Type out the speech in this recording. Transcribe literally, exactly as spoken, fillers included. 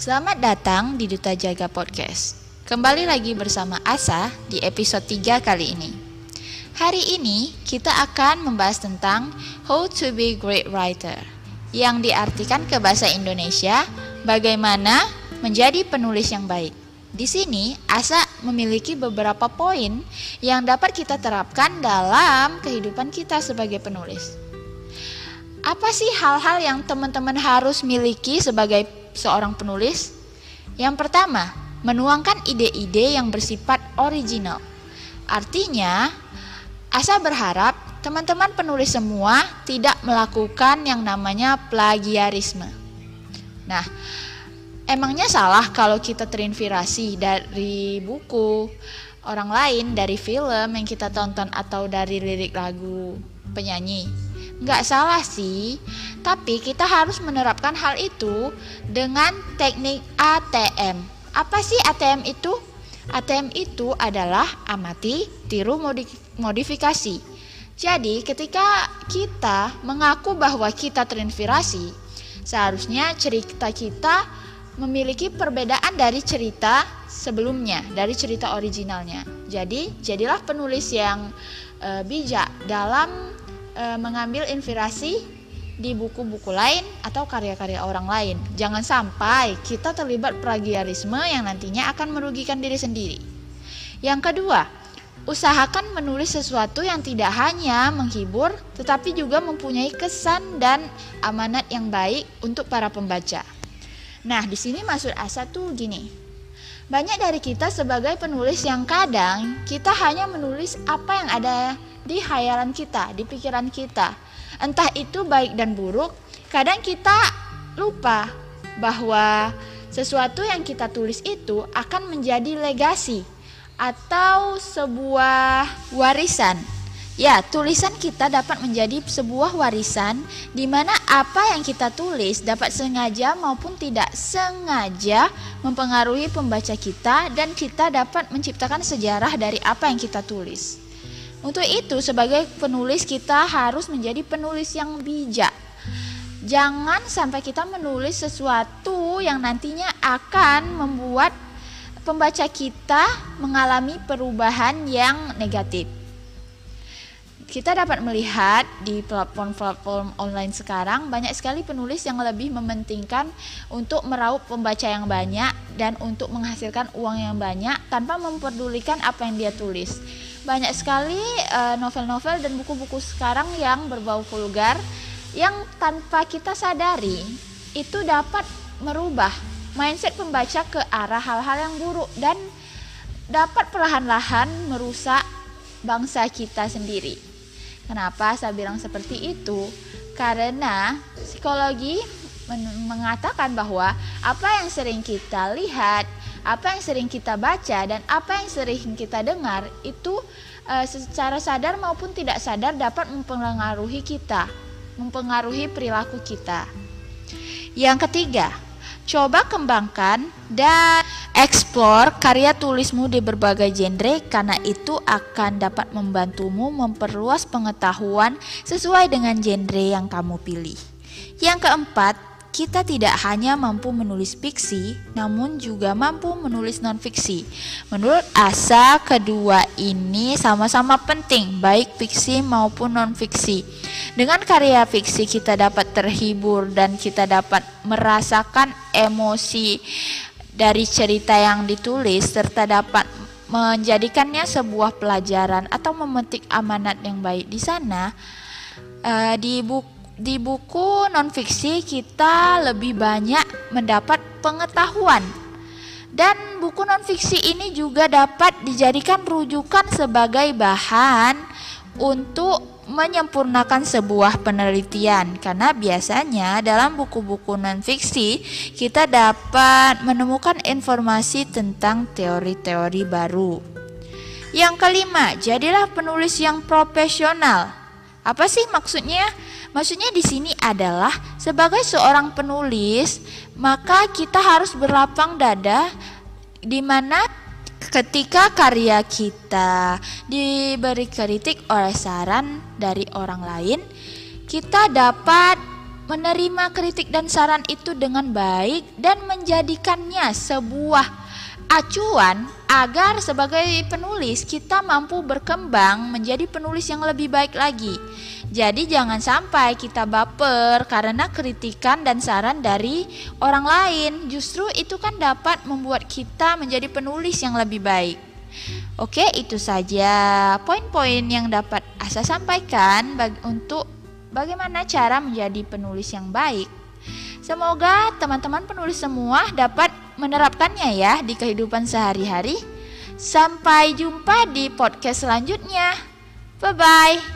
Selamat datang di Duta Jaga Podcast. Kembali lagi bersama Asa di episode tiga kali ini. Hari ini kita akan membahas tentang How to be great writer, yang diartikan ke bahasa Indonesia bagaimana menjadi penulis yang baik. Di sini Asa memiliki beberapa poin yang dapat kita terapkan dalam kehidupan kita sebagai penulis. Apa sih hal-hal yang teman-teman harus miliki sebagai seorang penulis? Yang pertama, menuangkan ide-ide yang bersifat original. Artinya, Asa berharap teman-teman penulis semua tidak melakukan yang namanya plagiarisme. Nah, emangnya salah kalau kita terinspirasi dari buku orang lain, dari film yang kita tonton, atau dari lirik lagu penyanyi? Nggak salah sih, tapi kita harus menerapkan hal itu dengan teknik A T M. Apa sih A T M itu? A T M itu adalah amati, tiru, modifikasi. Jadi ketika kita mengaku bahwa kita terinspirasi, seharusnya cerita kita memiliki perbedaan dari cerita sebelumnya, dari cerita originalnya. Jadi jadilah penulis yang e, bijak dalam mengambil inspirasi di buku-buku lain atau karya-karya orang lain. Jangan sampai kita terlibat plagiarisme yang nantinya akan merugikan diri sendiri. Yang kedua, usahakan menulis sesuatu yang tidak hanya menghibur, tetapi juga mempunyai kesan dan amanat yang baik untuk para pembaca. Nah, di sini maksud Asa tuh gini. Banyak dari kita sebagai penulis yang kadang kita hanya menulis apa yang ada di khayalan kita, di pikiran kita. Entah itu baik dan buruk, kadang kita lupa bahwa sesuatu yang kita tulis itu akan menjadi legasi atau sebuah warisan. Ya, tulisan kita dapat menjadi sebuah warisan di mana apa yang kita tulis dapat sengaja maupun tidak sengaja mempengaruhi pembaca kita, dan kita dapat menciptakan sejarah dari apa yang kita tulis. Untuk itu, sebagai penulis kita harus menjadi penulis yang bijak. Jangan sampai kita menulis sesuatu yang nantinya akan membuat pembaca kita mengalami perubahan yang negatif. Kita dapat melihat di platform-platform online sekarang banyak sekali penulis yang lebih mementingkan untuk meraup pembaca yang banyak dan untuk menghasilkan uang yang banyak tanpa memperdulikan apa yang dia tulis. Banyak sekali uh, novel-novel dan buku-buku sekarang yang berbau vulgar yang tanpa kita sadari itu dapat merubah mindset pembaca ke arah hal-hal yang buruk dan dapat perlahan-lahan merusak bangsa kita sendiri. Kenapa saya bilang seperti itu? Karena psikologi men- mengatakan bahwa apa yang sering kita lihat, apa yang sering kita baca, dan apa yang sering kita dengar itu e, secara sadar maupun tidak sadar dapat mempengaruhi kita, mempengaruhi perilaku kita. Yang ketiga, coba kembangkan dan eksplor karya tulismu di berbagai genre, karena itu akan dapat membantumu memperluas pengetahuan sesuai dengan genre yang kamu pilih. Yang keempat, kita tidak hanya mampu menulis fiksi, namun juga mampu menulis non-fiksi. Menurut Asa, kedua ini sama-sama penting, baik fiksi maupun non-fiksi. Dengan karya fiksi kita dapat terhibur dan kita dapat merasakan emosi dari cerita yang ditulis, serta dapat menjadikannya sebuah pelajaran atau memetik amanat yang baik di sana. Uh, di buku Di buku non-fiksi kita lebih banyak mendapat pengetahuan, dan buku non-fiksi ini juga dapat dijadikan rujukan sebagai bahan untuk menyempurnakan sebuah penelitian, karena biasanya dalam buku-buku non-fiksi kita dapat menemukan informasi tentang teori-teori baru. Yang kelima, jadilah penulis yang profesional. Apa sih maksudnya? Maksudnya di sini adalah sebagai seorang penulis, maka kita harus berlapang dada di mana ketika karya kita diberi kritik oleh saran dari orang lain, kita dapat menerima kritik dan saran itu dengan baik dan menjadikannya sebuah acuan agar sebagai penulis kita mampu berkembang menjadi penulis yang lebih baik lagi. Jadi jangan sampai kita baper karena kritikan dan saran dari orang lain. Justru itu kan dapat membuat kita menjadi penulis yang lebih baik. Oke, itu saja poin-poin yang dapat Asa sampaikan bagi, untuk bagaimana cara menjadi penulis yang baik. Semoga teman-teman penulis semua dapat menerapkannya ya di kehidupan sehari-hari. Sampai jumpa di podcast selanjutnya. Bye-bye.